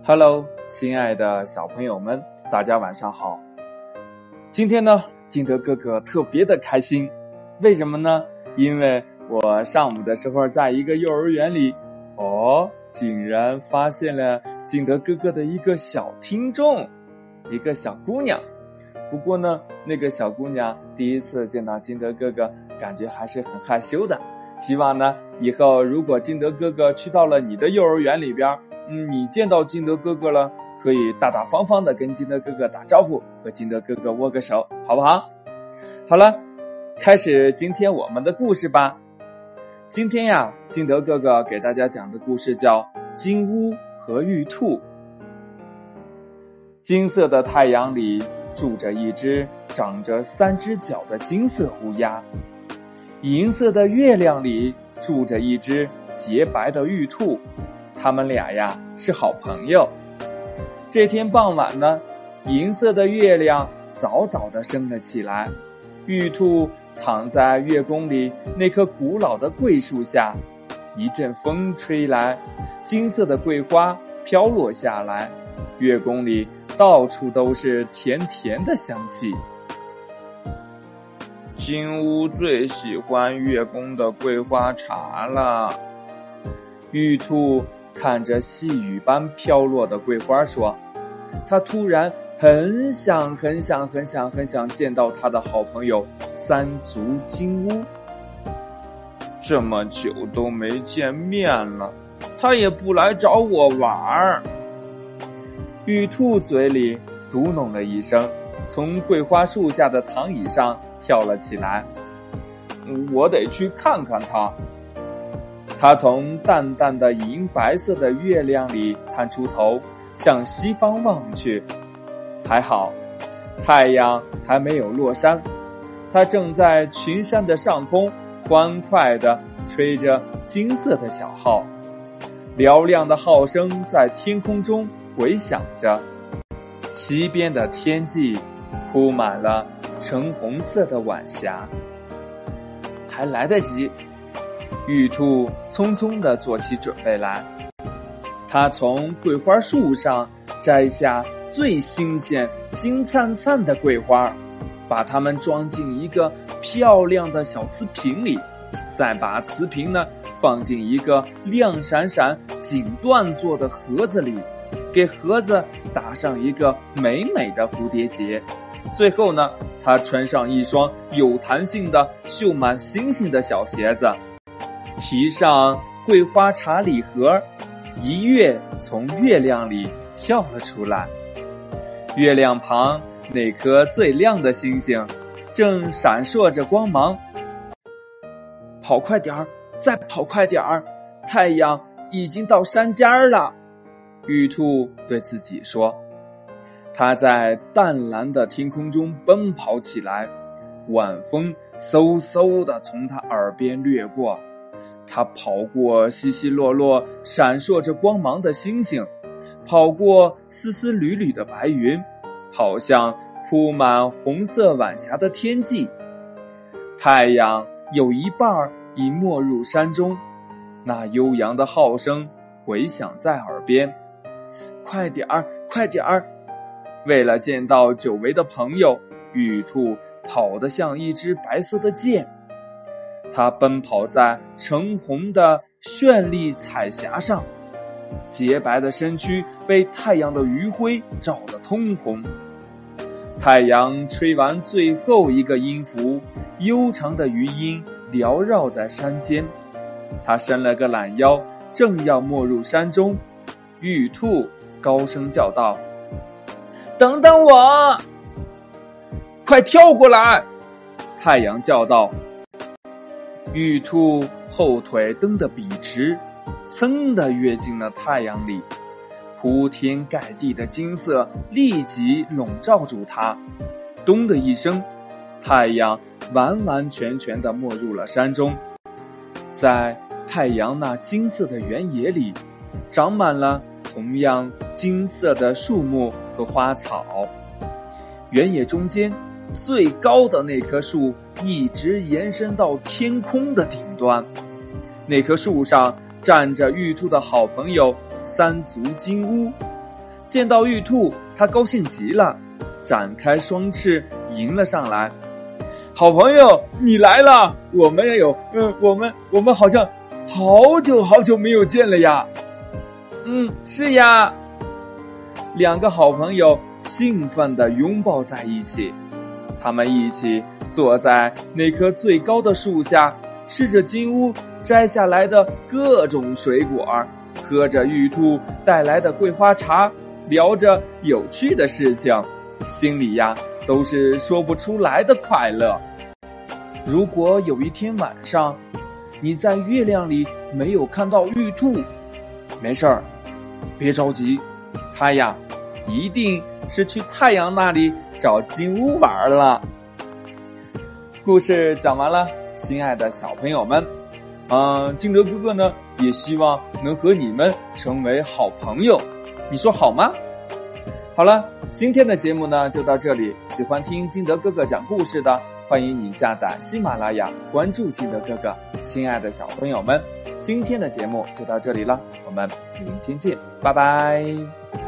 Hello， 亲爱的小朋友们，大家晚上好。今天呢，金德哥哥特别的开心，为什么呢？因为我上午的时候在一个幼儿园里，竟然发现了金德哥哥的一个小听众，一个小姑娘。不过呢，那个小姑娘第一次见到金德哥哥，感觉还是很害羞的。希望呢，以后如果金德哥哥去到了你的幼儿园里边，你见到金德哥哥了，可以大大方方的跟金德哥哥打招呼，和金德哥哥握个手，好不好？好了，开始今天我们的故事吧。今天呀，金德哥哥给大家讲的故事叫《金乌和玉兔》。金色的太阳里住着一只长着3只脚的金色乌鸦，银色的月亮里住着一只洁白的玉兔，他们俩呀是好朋友。这天傍晚呢，银色的月亮早早地升了起来，玉兔躺在月宫里那棵古老的桂树下，一阵风吹来，金色的桂花飘落下来，月宫里到处都是甜甜的香气。金乌最喜欢月宫的桂花茶了。玉兔看着细雨般飘落的桂花说，他突然很想见到他的好朋友三足金乌。这么久都没见面了，他也不来找我玩儿。玉兔嘴里嘟哝了一声，从桂花树下的躺椅上跳了起来。我得去看看他。他从淡淡的银白色的月亮里探出头，向西方望去。还好，太阳还没有落山，它正在群山的上空欢快地吹着金色的小号，嘹亮的号声在天空中回响着。西边的天际铺满了橙红色的晚霞。还来得及，玉兔匆匆地做起准备来。它从桂花树上摘下最新鲜金灿灿的桂花，把它们装进一个漂亮的小瓷瓶里，再把瓷瓶呢放进一个亮闪闪锦缎做的盒子里，给盒子打上一个美美的蝴蝶结。最后呢，他穿上一双有弹性的绣满星星的小鞋子，提上桂花茶礼盒，一跃从月亮里跳了出来。月亮旁那颗最亮的星星正闪烁着光芒。跑快点儿，再跑快点儿，太阳已经到山尖了。玉兔对自己说。它在淡蓝的天空中奔跑起来，晚风嗖嗖地从它耳边掠过。它跑过稀稀落落闪烁着光芒的星星，跑过丝丝缕缕的白云，跑向铺满红色晚霞的天际。太阳有一半已没入山中，那悠扬的号声回响在耳边。快点儿，快点儿！为了见到久违的朋友，玉兔跑得像一支白色的箭。它奔跑在橙红的绚丽彩霞上，洁白的身躯被太阳的余晖照得通红。太阳吹完最后一个音符，悠长的余音缭绕在山间。它伸了个懒腰，正要没入山中。玉兔高声叫道，等等我！快跳过来！太阳叫道。玉兔后腿蹬得笔直，噌地跃进了太阳里。铺天盖地的金色立即笼罩住它。咚的一声，太阳完完全全地没入了山中。在太阳那金色的原野里，长满了同样金色的树木和花草。原野中间最高的那棵树一直延伸到天空的顶端。那棵树上站着玉兔的好朋友三足金乌， 见到玉兔，他高兴极了，展开双翅迎了上来。好朋友，你来了！我们也有，我们好像好久没有见了呀。是呀。两个好朋友兴奋地拥抱在一起，他们一起坐在那棵最高的树下，吃着金乌摘下来的各种水果，喝着玉兔带来的桂花茶，聊着有趣的事情，心里呀都是说不出来的快乐。如果有一天晚上，你在月亮里没有看到玉兔，没事儿，别着急，它呀一定是去太阳那里找金乌玩了。故事讲完了，亲爱的小朋友们，金德哥哥呢也希望能和你们成为好朋友，你说好吗？好了，今天的节目呢就到这里，喜欢听金德哥哥讲故事的，欢迎你下载喜马拉雅，关注金德哥哥。亲爱的小朋友们，今天的节目就到这里了，我们明天见，拜拜。